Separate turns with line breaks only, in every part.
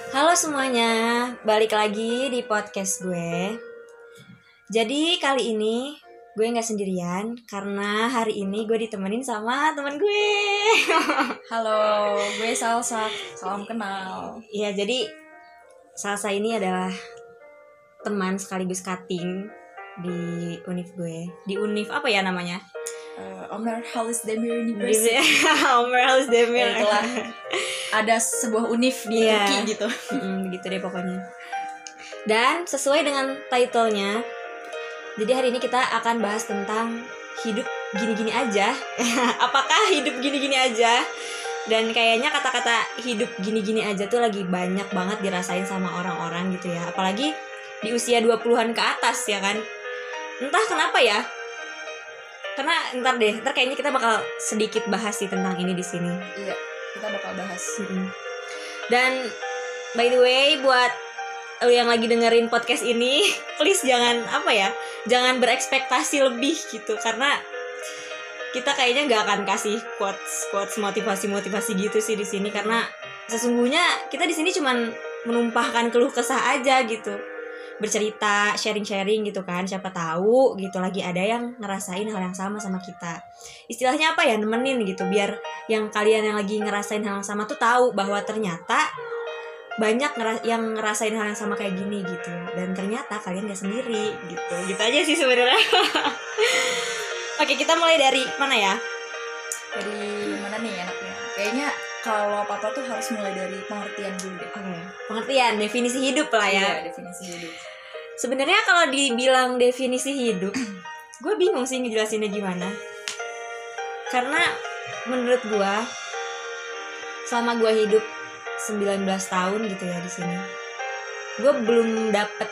Halo semuanya, balik lagi di podcast gue. Jadi kali ini gue gak sendirian karena hari ini gue ditemenin sama teman gue.
Halo, gue Salsa, salam kenal.
Iya, jadi Salsa ini adalah teman sekaligus cutting di univ gue. Di univ apa ya namanya?
Omer Halis Demir University.
Omer Halis Demir.
Ya, itulah. Ada sebuah univ di Turki gitu.
Gitu deh pokoknya. Dan sesuai dengan title-nya, jadi hari ini kita akan bahas tentang hidup gini-gini aja. Apakah hidup gini-gini aja? Dan kayaknya kata-kata hidup gini-gini aja tuh lagi banyak banget dirasain sama orang-orang gitu ya. Apalagi di usia 20-an ke atas ya kan. Entah kenapa ya. Karena ntar kayaknya kita bakal sedikit bahas sih tentang ini di sini.
Iya, kita bakal bahas.
Dan by the way, buat lo yang lagi dengerin podcast ini, please jangan jangan berekspektasi lebih gitu, karena kita kayaknya nggak akan kasih quotes motivasi gitu sih di sini, karena sesungguhnya kita di sini cuman menumpahkan keluh kesah aja gitu, bercerita, sharing gitu kan, siapa tahu gitu lagi ada yang ngerasain hal yang sama kita. Istilahnya apa ya, nemenin gitu, biar yang kalian yang lagi ngerasain hal yang sama tuh tahu bahwa ternyata banyak yang ngerasain hal yang sama kayak gini gitu, dan ternyata kalian gak sendiri gitu aja sih sebenarnya. Oke, kita mulai dari mana ya?
Dari mana nih enaknya? Kayaknya kalau apa-apa tuh harus mulai dari pengertian dulu deh.
Oke. Pengertian, definisi hidup lah ya.
Iya, definisi hidup.
Sebenarnya kalau dibilang definisi hidup, gue bingung sih ngejelasinnya gimana. Karena menurut gue, selama gue hidup 19 tahun gitu ya di sini, gue belum dapet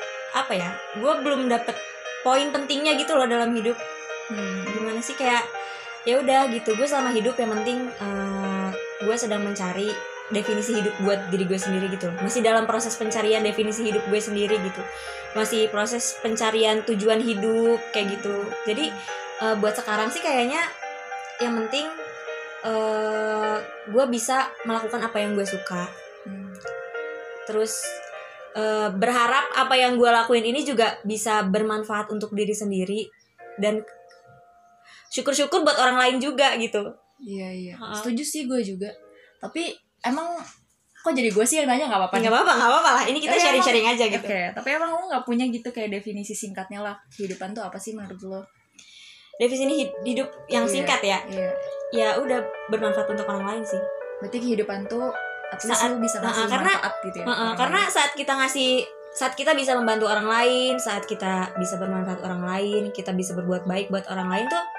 poin pentingnya gitu loh dalam hidup. Gimana sih, kayak ya udah gitu, gue selama hidup yang penting gue sedang mencari definisi hidup buat diri gue sendiri gitu. Masih dalam proses pencarian definisi hidup gue sendiri gitu, masih proses pencarian tujuan hidup kayak gitu. Jadi buat sekarang sih kayaknya yang penting gue bisa melakukan apa yang gue suka. Terus berharap apa yang gue lakuin ini juga bisa bermanfaat untuk diri sendiri, dan syukur-syukur buat orang lain juga gitu.
Iya. Setuju sih gue juga. Tapi emang kok jadi gue sih yang nanya? Nggak apa-apa.
Nggak apa-apa lah. Ini kita sharing-sharing aja gitu.
Oke. Tapi emang lo nggak punya gitu kayak definisi singkatnya lah, kehidupan tuh apa sih menurut lo?
Definisi hidup yang singkat ya?
Iya.
Ya udah, bermanfaat untuk orang lain sih.
Berarti kehidupan tuh at least lo bisa ngasih manfaat gitu ya.
Karena saat kita bisa membantu orang lain, saat kita bisa bermanfaat orang lain, kita bisa berbuat baik buat orang lain tuh,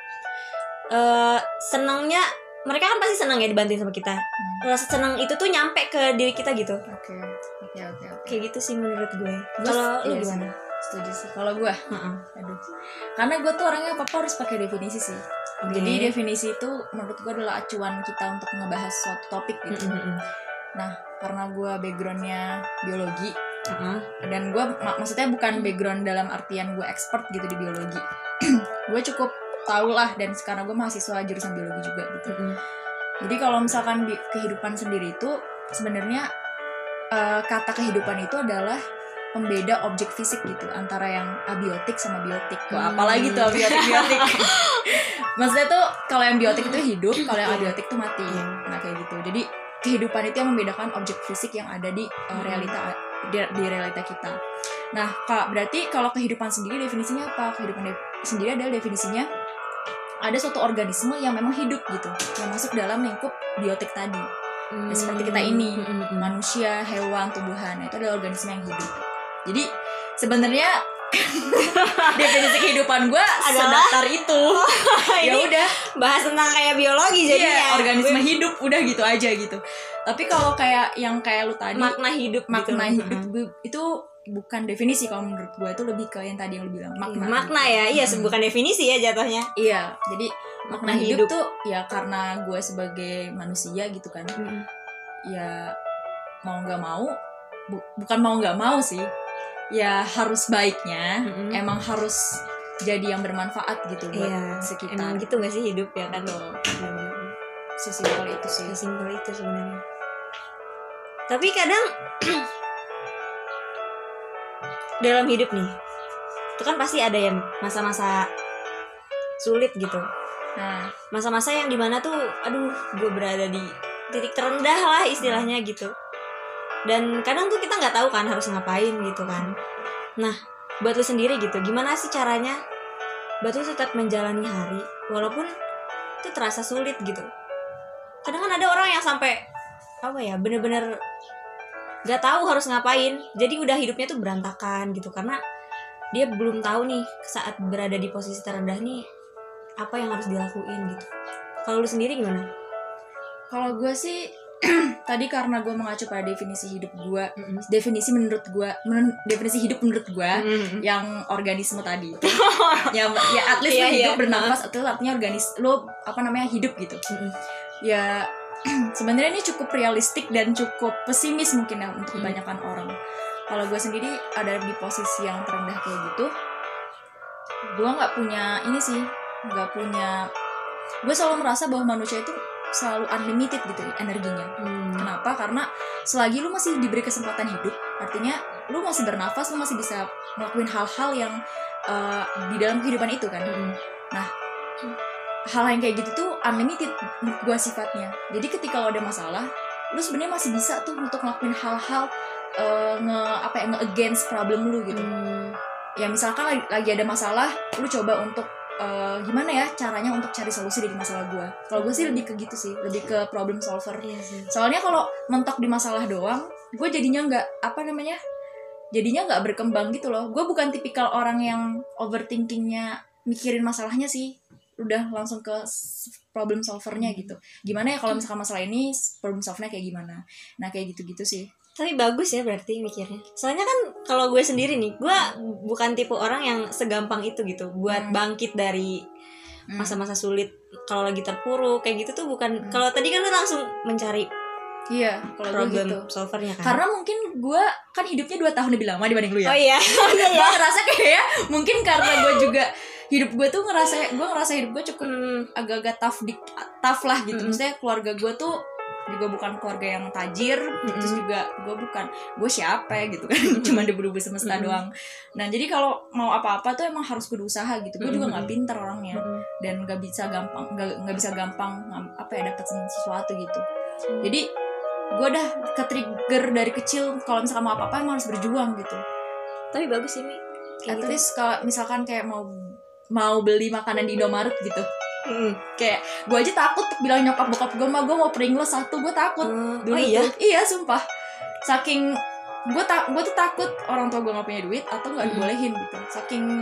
senangnya mereka kan pasti senang ya dibantuin sama kita. Rasa senang itu tuh nyampe ke diri kita gitu.
Oke.
Kayak gitu sih menurut gue. Kalau lu gimana?
Setuju sih. Kalau gue, aduh, karena gue tuh orangnya apa-apa harus pakai definisi sih. Jadi definisi itu menurut gue adalah acuan kita untuk ngebahas suatu topik gitu. Nah, karena gue backgroundnya biologi, dan gue maksudnya bukan background dalam artian gue expert gitu di biologi. Gue cukup tahu lah, dan sekarang gue mahasiswa jurusan biologi juga gitu. Jadi kalau misalkan di kehidupan sendiri itu sebenarnya kata kehidupan itu adalah pembeda objek fisik gitu antara yang abiotik sama biotik. Apalagi tuh abiotik. Maksudnya tuh kalau yang biotik itu hidup, kalau yang abiotik tuh mati. Nah kayak gitu. Jadi kehidupan itu yang membedakan objek fisik yang ada di realita kita. Nah, berarti kalau kehidupan sendiri definisinya apa? Kehidupan sendiri adalah definisinya ada suatu organisme yang memang hidup gitu, yang masuk dalam lingkup biotik tadi. Ya, seperti kita ini, manusia, hewan, tumbuhan, itu adalah organisme yang hidup. Jadi sebenarnya definisi kehidupan gue sedatar itu. Ya udah,
bahas tentang kayak biologi jadinya.
Organisme hidup udah gitu aja gitu. Tapi kalau kayak yang kayak lu tadi,
makna hidup
itu bukan definisi. Kalau menurut gue itu lebih ke yang tadi yang lu bilang,
makna ya. Iya, bukan definisi ya jatuhnya.
Iya, jadi makna hidup tuh ya karena gue sebagai manusia gitu kan. Ya mau nggak mau, bukan mau nggak mau sih, ya harus baiknya emang harus jadi yang bermanfaat gitu buat sekitar.
Emang gitu nggak sih hidup ya kan?
Sesimpel itu sih.
Sesimpel itu sebenarnya. Tapi kadang dalam hidup nih itu kan pasti ada ya masa-masa sulit gitu.
Nah,
Masa-masa yang dimana tuh aduh gue berada di titik terendah lah istilahnya gitu. Dan kadang tuh kita nggak tahu kan harus ngapain gitu kan. Nah buat lu sendiri gitu, gimana sih caranya buat lu tetap menjalani hari walaupun itu terasa sulit gitu. Kadang kan ada orang yang sampai apa ya, bener-bener nggak tahu harus ngapain, jadi udah hidupnya tuh berantakan gitu karena dia belum tahu nih saat berada di posisi terendah nih apa yang harus dilakuin gitu. Kalau lu sendiri gimana?
kalau gue sih tadi karena gue mengacu pada definisi hidup gue, definisi menurut gue, definisi hidup menurut gue yang organisme tadi, ya at least lo hidup bernafas itu artinya lo hidup gitu. Ya sebenarnya ini cukup realistik dan cukup pesimis mungkin ya untuk kebanyakan orang. Kalau gue sendiri ada di posisi yang terendah kayak gitu, gue gue selalu merasa bahwa manusia itu selalu unlimited gitu energinya. Kenapa? Karena selagi lu masih diberi kesempatan hidup, artinya lu masih bernafas, lu masih bisa ngelakuin hal-hal yang di dalam kehidupan itu kan. Nah, hal yang kayak gitu tuh unlimited menurut gue sifatnya. Jadi ketika lo ada masalah, lu sebenarnya masih bisa tuh untuk ngelakuin hal-hal nge-against problem lu gitu. Ya misalkan lagi ada masalah, lu coba untuk gimana ya caranya untuk cari solusi dari masalah gue. Kalau gue sih lebih ke gitu sih, lebih ke problem solver. Soalnya kalau mentok di masalah doang, gue jadinya nggak berkembang gitu loh. Gue bukan tipikal orang yang overthinkingnya mikirin masalahnya sih, udah langsung ke problem solvernya gitu. Gimana ya kalau misalkan masalah ini problem solvernya kayak gimana. Nah kayak gitu-gitu sih.
Tapi bagus ya berarti mikirnya. Soalnya kan kalau gue sendiri nih, gue bukan tipe orang yang segampang itu gitu buat bangkit dari masa-masa sulit. Kalau lagi terpuruk kayak gitu tuh bukan. Kalau tadi kan lu langsung mencari
kalau
problem
gitu
solvernya kan.
Karena mungkin gue kan hidupnya 2 tahun lebih lama dibanding lu ya.
Oh iya.
Gue ngerasa kayak mungkin karena gue juga hidup gue tuh ngerasa hidup gue cukup agak-agak tough lah gitu. Maksudnya keluarga gue tuh juga bukan keluarga yang tajir, terus juga gue siapa ya gitu kan, cuma debu-debu semesta doang. Nah jadi kalau mau apa-apa tuh emang harus kudu usaha gitu. Gue juga nggak pinter orangnya dan nggak bisa gampang dapetin sesuatu gitu. Jadi gue udah ke-trigger dari kecil kalau misalkan mau apa-apa emang harus berjuang gitu.
Tapi bagus sih Mi.
At least kalau misalkan kayak mau beli makanan di Indomaret gitu, kayak gue aja takut bilang nyokap bokap gue gue mau Pringles 1, gue takut dulu. Iya sumpah, saking gue tuh takut orang tua gue nggak punya duit atau nggak dibolehin gitu, saking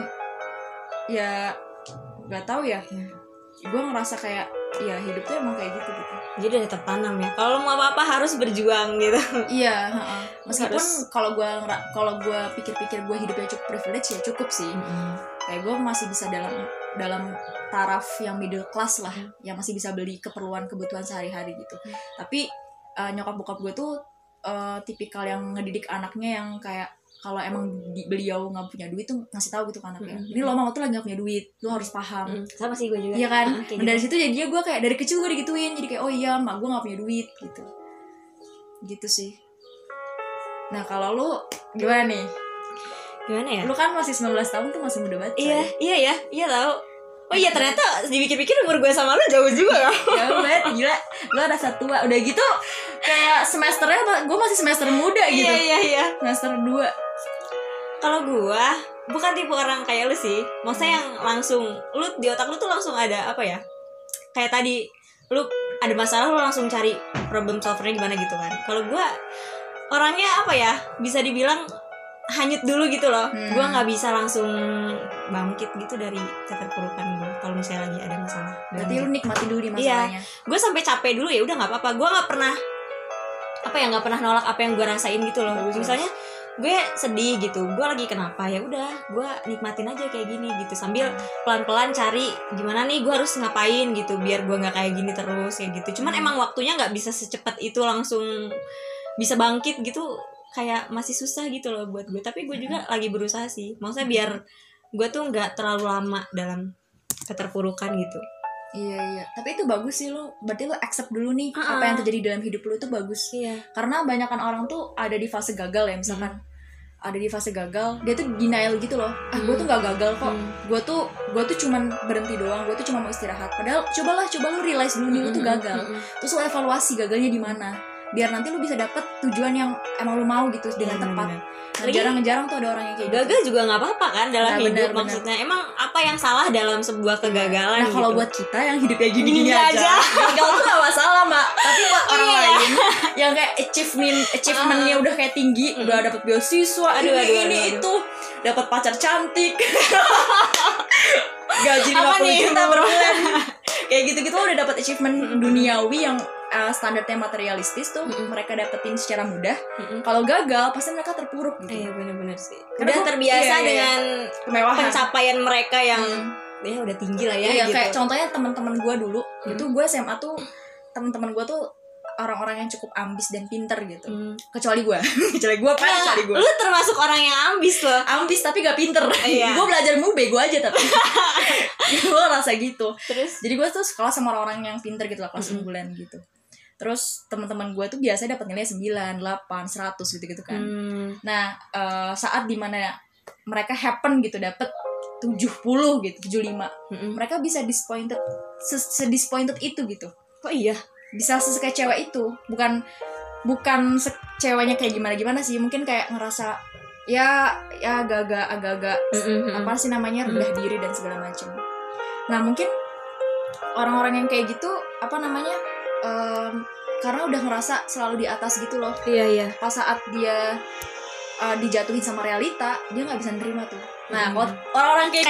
ya nggak tahu ya. Gue ngerasa kayak ya hidup tuh emang kayak gitu.
Jadi udah tertanam ya, kalau mau apa-apa harus berjuang gitu.
Iya, meskipun kalau gue pikir-pikir gue hidupnya cukup privilege ya cukup sih. Kayak gue masih bisa dalam taraf yang middle class lah, yang masih bisa beli kebutuhan sehari-hari gitu. Tapi nyokap bokap gue tuh tipikal yang ngedidik anaknya yang kayak kalau emang beliau nggak punya duit tuh ngasih tahu gitu ke anaknya, ini lo mama tuh lagi nggak punya duit, lo harus paham.
Sama sih gue juga.
Iya kan.
Gitu.
Dari situ jadinya gue kayak dari kecil gue digituin, jadi kayak oh iya mak gue nggak punya duit gitu sih. Nah kalau lu gimana nih?
Gimana ya?
Lu kan masih 19 tahun tuh, masih muda banget.
Iya tahu. Oh iya ternyata dipikir-pikir umur gue sama lu jauh juga ya.
Jauh banget, gila. Lu ada tua. Udah gitu kayak semesternya gue masih semester muda gitu.
Iya.
Semester 2.
Kalau gue bukan tipe orang kayak lu sih. Maksudnya yang langsung lu di otak lu tuh langsung ada apa ya? Kayak tadi lu ada masalah lu langsung cari problem solvernya gimana gitu kan. Kalau gue orangnya apa ya? Bisa dibilang hanyut dulu gitu loh. Gue nggak bisa langsung bangkit gitu dari keterpurukan gue kalau misalnya lagi ada masalah.
Berarti lu nikmati dulu di masalahnya.
Gue sampai capek dulu ya udah nggak apa-apa. Gue nggak pernah nolak apa yang gue rasain gitu loh. Misalnya gue sedih gitu, gue lagi kenapa, ya udah gue nikmatin aja kayak gini gitu, sambil pelan-pelan cari gimana nih gue harus ngapain gitu biar gue nggak kayak gini terus kayak gitu. Cuman emang waktunya nggak bisa secepat itu langsung bisa bangkit gitu, kayak masih susah gitu loh buat gue. Tapi gue juga lagi berusaha sih, maksudnya biar gue tuh nggak terlalu lama dalam keterpurukan gitu.
Iya. Tapi itu bagus sih lu. Berarti lu accept dulu nih apa yang terjadi dalam hidup lu, itu bagus.
Iya.
Karena banyakan orang tuh ada di fase gagal ya, misalkan ada di fase gagal, dia tuh denial gitu loh. Gue tuh nggak gagal kok. Gue tuh cuman berhenti doang. Gue tuh cuma mau istirahat. Padahal coba lu realize dulu nih lu tuh gagal. Terus lu evaluasi gagalnya di mana. Biar nanti lu bisa dapet tujuan yang emang lu mau gitu dengan tepat. Nah, jarang-jarang tuh ada orang yang kayak
gagal
gitu.
juga nggak apa-apa kan dalam
Nah,
hidup.
bener.
Maksudnya emang apa yang salah dalam sebuah kegagalan?
Nah kalau
gitu.
buat kita yang hidupnya gini-gini aja, gagal tuh gak masalah mbak. Tapi buat orang lain yang kayak achievementnya udah kayak tinggi, udah dapet beasiswa, ini itu, dapat pacar cantik, gaji 50 juta per bulan, kayak gitu-gitu udah dapat achievement duniawi yang standarnya materialistis tuh mereka dapetin secara mudah. Kalau gagal pasti mereka terpuruk gitu.
Iya benar-benar sih.
Karena
Udah terbiasa dengan
kemewahan,
pencapaian mereka yang ya udah tinggi lah ya.
Iya,
gitu.
kayak contohnya teman-teman gue dulu, itu gue SMA tuh teman-teman gue tuh orang-orang yang cukup ambis dan pinter gitu. Kecuali gue, kecuali gue.
Lu termasuk orang yang ambis loh.
Ambis tapi gak pinter.
Iya.
Gue belajar mulu bego aja tapi. Gue rasa gitu.
Terus?
Jadi gue tuh sekolah sama orang-orang yang pinter gitu lah, kelas unggulan gitu. Terus teman-teman gue tuh biasanya dapat nilai 9, 8, 100 gitu-gitu kan. Nah, saat dimana mereka happen gitu dapet 70 gitu, 75. Mereka bisa disappointed, disappointed itu gitu.
Oh iya.
Bisa sekecewa itu. Bukan ceweknya kayak gimana sih. Mungkin kayak ngerasa ya agak-agak apa sih namanya, rendah diri dan segala macam. Nah, mungkin orang-orang yang kayak gitu apa namanya? Karena udah ngerasa selalu di atas gitu loh.
Iya.
Pas saat dia dijatuhin sama realita, dia nggak bisa nerima tuh. Nah, kalau orang-orang kayak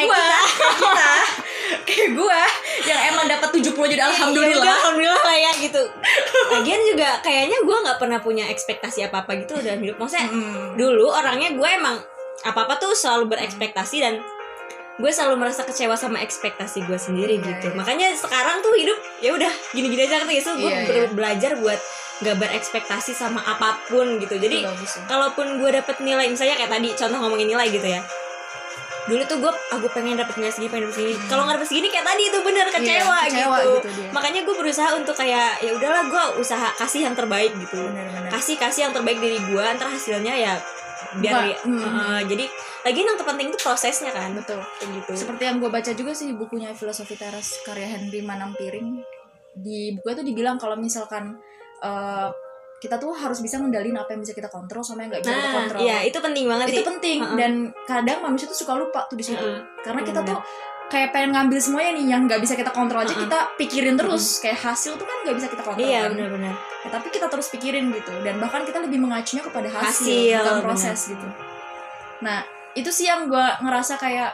gue yang emang dapat 70 aja
alhamdulillah lah ya gitu. Lagian juga kayaknya gue nggak pernah punya ekspektasi apa gitu dalam hidup. Maksudnya dulu orangnya gue emang apa tuh selalu berekspektasi dan gue selalu merasa kecewa sama ekspektasi gue sendiri gitu. Makanya sekarang tuh hidup ya udah gini-gini aja gitu. Gue belajar buat gak berekspektasi sama apapun gitu. Jadi kalaupun gue dapet nilai, misalnya kayak tadi contoh ngomongin nilai gitu ya. Dulu tuh gue pengen dapet nilai segini, kalau nggak dapet segini kayak tadi itu bener kecewa gitu makanya gue berusaha untuk kayak ya udahlah, gue usaha kasih yang terbaik gitu. Kasih yang terbaik dari gue, ntar hasilnya ya biar jadi lagi yang terpenting itu prosesnya kan.
Betul
kayak gitu.
Seperti yang gue baca juga sih bukunya Filosofi Teras karya Henry Manampiring. Di buku itu dibilang kalau misalkan kita tuh harus bisa ngendalin apa yang bisa kita kontrol sama yang nggak bisa kita kontrol.
Iya, itu penting banget sih.
Itu penting dan kadang manusia tuh suka lupa tuh di situ. Karena kita tuh kayak pengen ngambil semuanya nih yang nggak bisa kita kontrol aja kita pikirin terus. Kayak hasil tuh kan nggak bisa kita kontrol.
Iya,
kan?
benar-benar.
Ya, tapi kita terus pikirin gitu dan bahkan kita lebih mengacunya kepada hasil bukan proses gitu. Nah, itu sih yang gue ngerasa kayak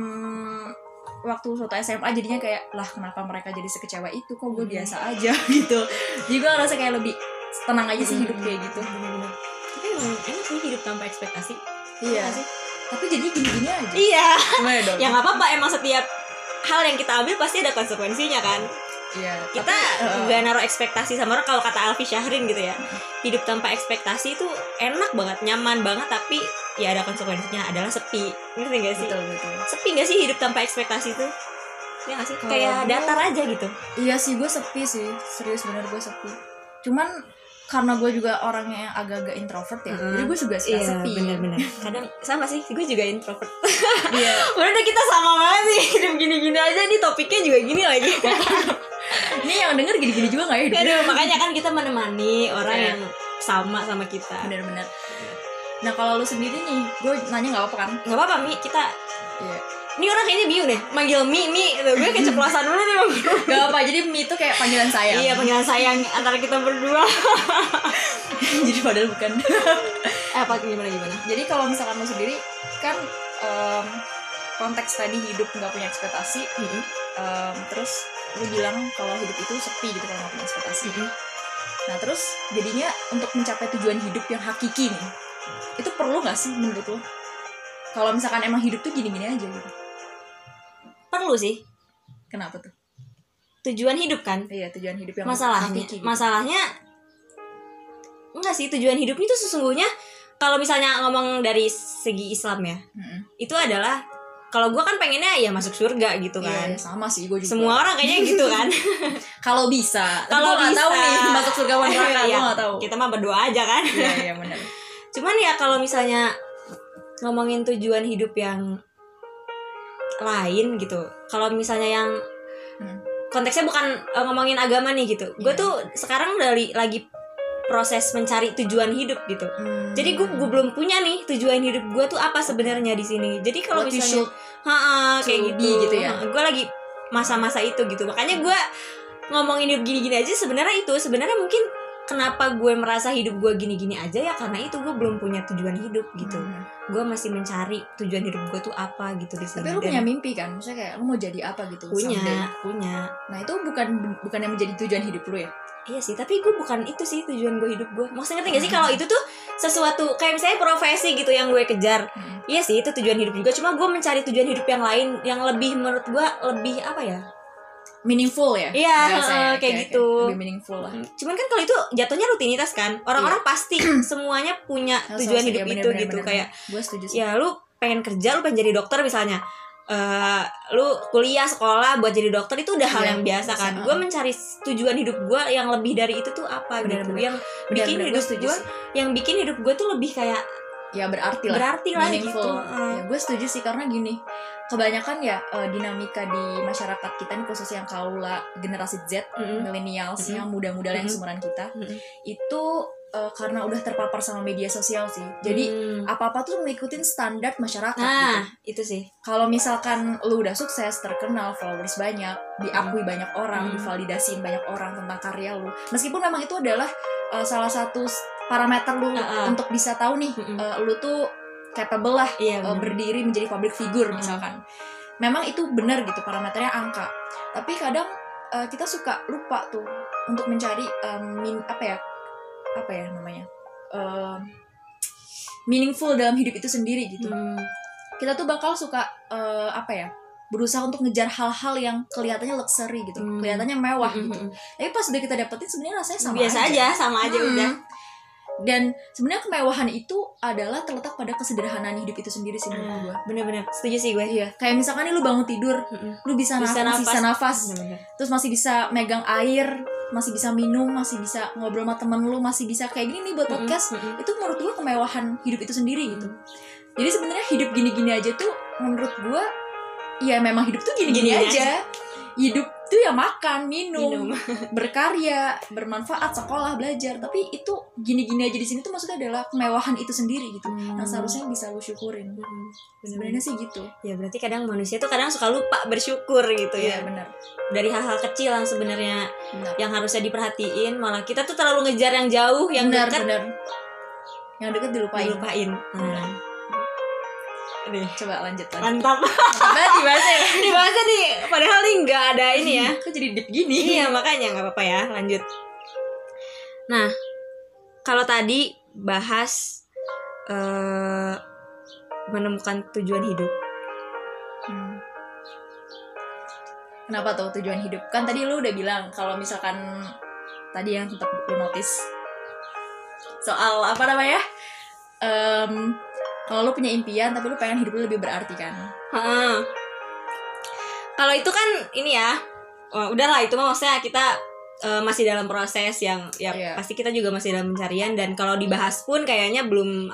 waktu SMA jadinya kayak lah kenapa mereka jadi sekecewa itu, kok gue biasa aja gitu. Jadi gue ngerasa kayak lebih tenang aja sih hidup kayak gitu.
Bener-bener. Tapi emang enak sih hidup tanpa ekspektasi.
Iya sih. Tapi jadi gini-gini aja.
Iya.
Gimana dong?
Ya nggak apa-apa, emang setiap hal yang kita ambil pasti ada konsekuensinya kan.
Iya.
Kita nggak naruh ekspektasi sama orang. Kalau kata Alfi Syahrin gitu ya, hidup tanpa ekspektasi itu enak banget, nyaman banget, tapi ya ada konsekuensinya, adalah sepi. Ngerti gak sih?
Betul.
Sepi gak sih hidup tanpa ekspektasi itu? Ya gak sih? Kayak datar aja gitu.
Iya sih, gue sepi sih. Serius bener gue sepi. Cuman karena gue juga orangnya yang agak-agak introvert ya, jadi gue juga suka sepi.
Bener-bener. Kadang sama sih, gue juga introvert.
Iya.
Udah kita sama banget nih, hidup gini-gini aja nih, topiknya juga gini lagi.
Ini yang denger gini-gini juga nggak ya hidupnya?
Aduh, makanya kan kita menemani orang yang sama kita.
Bener-bener. Nah kalau lu sendiri nih, gue nanya nggak apa-apa kan?
Nggak apa-apa Mi, kita.
Iya.
Ini orang kayaknya bingung deh, manggil Mi, gue kayak ceplosan dulu nih manggil.
Gak apa, jadi Mi itu kayak panggilan sayang.
Iya, panggilan sayang antara kita berdua.
Jadi padahal bukan.
Apa gimana?
Jadi kalau misalkan lu sendiri kan konteks tadi hidup nggak punya ekspektasi, terus lu bilang kalau hidup itu sepi gitu kalau nggak punya ekspektasi. Nah terus jadinya untuk mencapai tujuan hidup yang hakiki nih, itu perlu nggak sih menurut lu? Kalau misalkan emang hidup tuh gini-gini aja gitu.
Perlu sih.
Kenapa tuh?
Tujuan hidup kan?
Iya, tujuan hidup yang
masalahnya,
gitu.
Masalahnya enggak sih, tujuan hidup itu sesungguhnya kalau misalnya ngomong dari segi Islam ya, itu adalah kalau gue kan pengennya ya masuk surga gitu kan.
Iya, sama sih gue juga.
Semua orang kayaknya gitu kan.
Kalau bisa.
Kalau
gue nggak tahu nih masuk surga apa neraka, gue nggak tahu.
Kita mah berdoa aja kan.
Iya benar.
Cuman ya kalau misalnya ngomongin tujuan hidup yang lain gitu, kalau misalnya yang konteksnya bukan ngomongin agama nih gitu, gue tuh sekarang lagi proses mencari tujuan hidup gitu. Jadi gue belum punya nih tujuan hidup gue tuh apa sebenarnya di sini. Jadi kalau misalnya kayak gitu ya, gue lagi masa-masa itu gitu. Makanya gue ngomongin hidup gini-gini aja sebenarnya mungkin kenapa gue merasa hidup gue gini-gini aja ya karena itu gue belum punya tujuan hidup gitu. Gue masih mencari tujuan hidup gue tuh apa gitu di sini.
Tapi lu punya mimpi kan? Maksudnya kayak lu mau jadi apa gitu?
Punya.
Nah itu bukan yang menjadi tujuan hidup lu ya?
Iya sih, tapi gue bukan itu sih tujuan gue hidup gue. Maksudnya ngerti gak sih kalau itu tuh sesuatu kayak misalnya profesi gitu yang gue kejar. Iya sih itu tujuan hidup juga. Cuma gue mencari tujuan hidup yang lain yang lebih menurut gue lebih apa ya?
Meaningful ya?
Iya, kayak gitu.
Lebih meaningful lah.
Cuman kan kalau itu jatuhnya rutinitas kan. Orang-orang pasti semuanya punya tujuan hidup itu gitu. Kayak
gue setuju sih.
Ya lu pengen kerja, lu pengen jadi dokter misalnya. Lu kuliah sekolah buat jadi dokter itu udah hal yang biasa kan. Gue mencari tujuan hidup gue yang lebih dari itu tuh apa gitu. Yang bikin hidup gue tuh lebih kayak
ya berarti lah gitu. Ya gue setuju sih karena gini, kebanyakan ya dinamika di masyarakat kita nih khususnya yang kaula generasi Z, millennials yang muda-muda yang seumuran kita itu karena udah terpapar sama media sosial sih. Jadi apa-apa tuh ngikutin standar masyarakat gitu.
Itu sih.
Kalau misalkan lu udah sukses, terkenal, followers banyak, diakui banyak orang, divalidasiin banyak orang tentang karya lu. Meskipun memang itu adalah salah satu parameter lu untuk bisa tahu nih lu tuh capable lah berdiri menjadi public figure misalkan. Memang itu benar gitu parameternya angka. Tapi kadang kita suka lupa tuh untuk mencari apa ya namanya meaningful dalam hidup itu sendiri gitu. Kita tuh bakal suka berusaha untuk ngejar hal-hal yang kelihatannya luxury gitu, kelihatannya mewah gitu. Tapi pas udah kita dapetin sebenarnya rasanya sama aja udah. Dan sebenarnya kemewahan itu adalah terletak pada kesederhanaan hidup itu sendiri sih menurut gue.
Bener-bener setuju sih gue.
Iya. Kayak misalkan nih lu bangun tidur, lu bisa nafas, terus masih bisa megang air, masih bisa minum, masih bisa ngobrol sama temen lu, masih bisa kayak gini nih buat podcast. Itu menurut gue kemewahan hidup itu sendiri gitu. Jadi sebenarnya hidup gini-gini aja tuh menurut gue ya memang hidup tuh gini-gini aja. Hidup tuh ya makan, minum, berkarya, bermanfaat, sekolah, belajar. Tapi itu gini-gini aja di sini tuh maksudnya adalah kemewahan itu sendiri gitu. Yang seharusnya bisa lu syukurin. Sebenarnya sih gitu.
Ya berarti kadang manusia tuh kadang suka lupa bersyukur gitu ya.
Iya benar.
Dari hal-hal kecil yang sebenarnya yang harusnya diperhatiin, malah kita tuh terlalu ngejar yang jauh, yang dekat.
Benar. Yang dekat dilupain.
Nih,
coba lanjut.
Mantap. Dibahasnya nih. Padahal nih nggak ada ini ya.
Kok jadi deep gini?
Iya makanya nggak apa-apa ya. Lanjut. Nah, kalau tadi bahas menemukan tujuan hidup.
Kenapa tuh tujuan hidup? Kan tadi lu udah bilang kalau misalkan tadi yang tetap lu notice soal apa namanya? Kalau lu punya impian tapi lu pengen hidup lu lebih berarti kan?
Kalau itu kan ini ya, udahlah itu mah maksudnya kita masih dalam proses yang pasti kita juga masih dalam pencarian, dan kalau dibahas pun kayaknya belum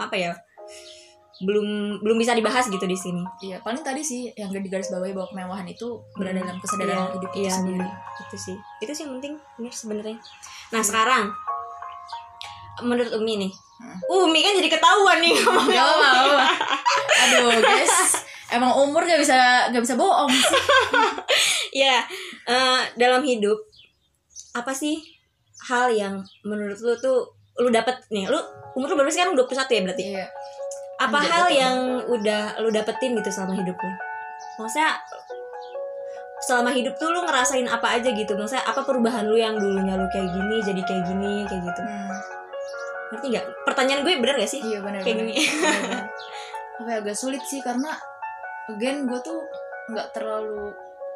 belum bisa dibahas gitu di sini.
Iya, paling tadi sih yang digarisbawahi bahwa kemewahan itu berada dalam kesadaran hidup itu sendiri. Itu sih yang penting benar sebenarnya. Nah sekarang menurut Umi nih. Umi kan jadi ketahuan nih ngomongnya. Aduh guys, emang umur gak bisa bohong sih.
Ya, dalam hidup apa sih hal yang menurut lu tuh lu dapet nih? Lu umur lu berapa sekarang? 21 ya berarti?
Iya.
Apa hal yang udah lu dapetin gitu selama hidup lu? Maksudnya selama hidup tuh lu ngerasain apa aja gitu? Maksudnya apa perubahan lu yang dulunya lu kayak gini jadi kayak gini kayak gitu? Ngerti nggak? Pertanyaan gue bener gak sih?
Iya bener.
Kayak gini.
Tapi agak sulit sih karena again gue tuh nggak terlalu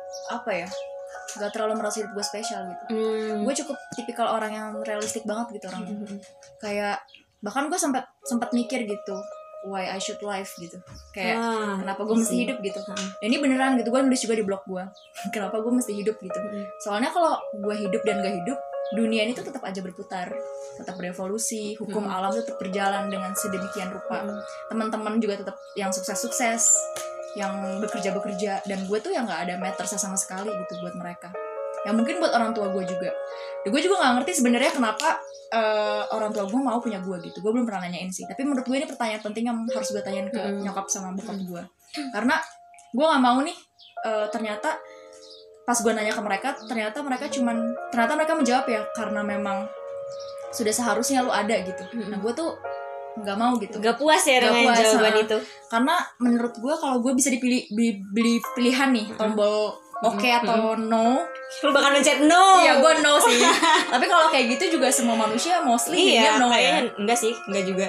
merasa hidup gue spesial gitu. Gue cukup tipikal orang yang realistik banget gitu orangnya. Kayak bahkan gue sempat mikir gitu, why I should live gitu. Kayak kenapa gue mesti hidup gitu. Dan ini beneran gitu, gue nulis juga di blog gue. Kenapa gue mesti hidup gitu. Soalnya kalau gue hidup dan gak hidup dunia ini tuh tetap aja berputar, tetap berevolusi, hukum alam tuh tetap berjalan dengan sedemikian rupa. Teman-teman juga tetap yang sukses-sukses, yang bekerja, dan gue tuh yang nggak ada metersnya sama sekali gitu buat mereka. Yang mungkin buat orang tua gue juga. Dan gue juga nggak ngerti sebenarnya kenapa orang tua gue mau punya gue gitu. Gue belum pernah nanyain sih. Tapi menurut gue ini pertanyaan penting yang harus gue tanyain ke nyokap sama bokap gue. Karena gue nggak mau nih ternyata pas gue nanya ke mereka, ternyata mereka menjawab ya karena memang sudah seharusnya lu ada gitu. Nah gue tuh nggak mau gitu,
nggak puas ya dengan jawaban itu.
Karena menurut gue kalau gue bisa beli pilihan nih tombol oke atau no,
lu bakal mencet no.
Iya gue no sih. Tapi kalau kayak gitu juga semua manusia mostly
iya,
no
ya.
Enggak
Enggak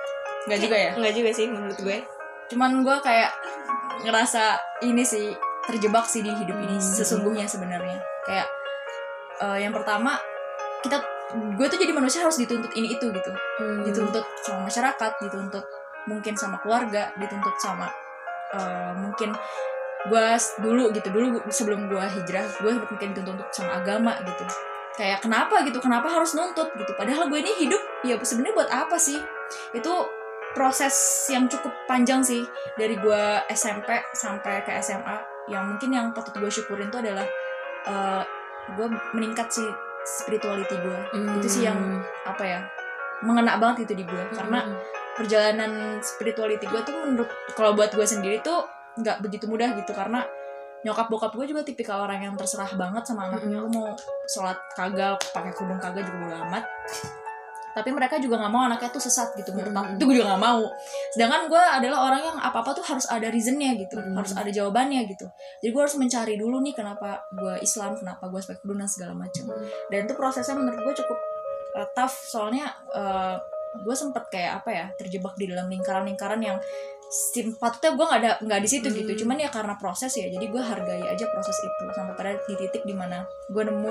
juga sih menurut gue.
Cuman gue kayak ngerasa ini sih terjebak sih di hidup ini sesungguhnya sebenarnya. Kayak yang pertama gue tuh jadi manusia harus dituntut ini itu gitu. Dituntut sama masyarakat, dituntut mungkin sama keluarga, dituntut sama mungkin gue dulu sebelum gue hijrah gue mungkin dituntut sama agama gitu. Kayak kenapa harus nuntut gitu, padahal gue ini hidup ya sebenarnya buat apa sih. Itu proses yang cukup panjang sih dari gue SMP sampai ke SMA. Yang mungkin yang patut gue syukurin tuh adalah gue meningkat sih spirituality gue. Itu sih yang apa ya, mengena banget itu di gue. Karena perjalanan spirituality gue tuh menurut kalau buat gue sendiri tuh nggak begitu mudah gitu. Karena nyokap bokap gue juga tipikal orang yang terserah banget sama anaknya. Lu mau sholat kagak, pakai kerudung kagak juga bodo amat. Tapi mereka juga nggak mau anaknya tuh sesat gitu. Menurut itu gue juga nggak mau. Sedangkan gue adalah orang yang apa tuh harus ada reasonnya gitu, harus ada jawabannya gitu. Jadi gue harus mencari dulu nih kenapa gue Islam, kenapa gue pakai kerudung dan segala macam. Dan itu prosesnya menurut gue cukup tough. Soalnya gue sempet kayak apa ya, terjebak di dalam lingkaran yang simpatnya gue nggak di situ gitu. Cuman ya karena proses ya, jadi gue hargai aja proses itu sampai pada di titik dimana gue nemu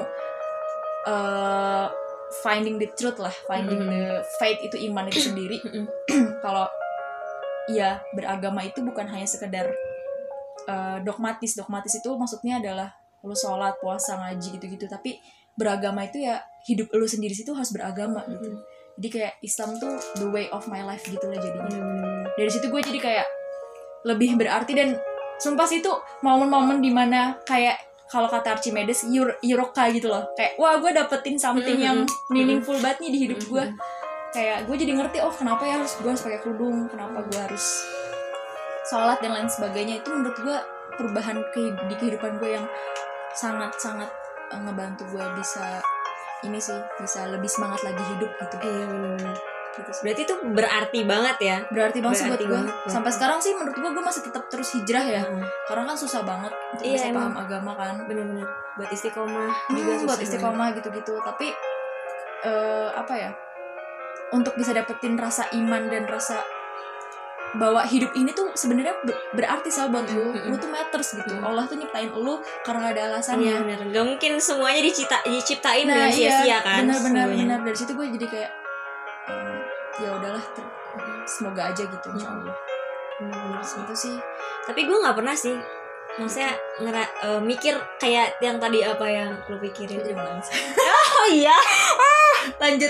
finding the truth lah, finding the faith itu iman itu sendiri. Kalau ya beragama itu bukan hanya sekedar dogmatis itu maksudnya adalah lu sholat, puasa, ngaji gitu-gitu. Tapi beragama itu ya hidup lu sendiri situ harus beragama gitu. Jadi kayak Islam tuh the way of my life gitu lah jadinya. Dari situ gue jadi kayak lebih berarti. Dan sumpah sih itu momen-momen dimana kayak kalau kata Archimedes Eureka gitu loh. Kayak wah gue dapetin something yang meaningful banget nih di hidup gue. Kayak gue jadi ngerti kenapa ya gue harus pakai kerudung, kenapa gue harus sholat dan lain sebagainya. Itu menurut gue perubahan di kehidupan gue yang sangat-sangat ngebantu gue bisa lebih semangat lagi hidup gitu.
Iya benar. Gitu. Berarti itu berarti banget ya.
Berarti banget sih buat gue. Sampai sekarang sih menurut gue masih tetap terus hijrah ya. Karena kan susah banget untuk bisa paham agama kan.
Benar-benar. Buat istiqomah juga susah.
Buat istiqomah gitu-gitu. Tapi apa ya? Untuk bisa dapetin rasa iman dan rasa bahwa hidup ini tuh sebenarnya berarti buat lu tuh matters gitu. Allah tuh nyiptain lu karena gak ada alasannya.
Iya benar. Gak mungkin semuanya diciptain dengan sia-sia kan.
Benar. Dari situ gue jadi kayak ya udahlah, semoga aja gitu insyaallah. Itu sih.
Tapi gue nggak pernah sih, maksudnya mikir kayak yang tadi apa yang lu pikirin.
Jadi nangis.
Oh iya.
Lanjut.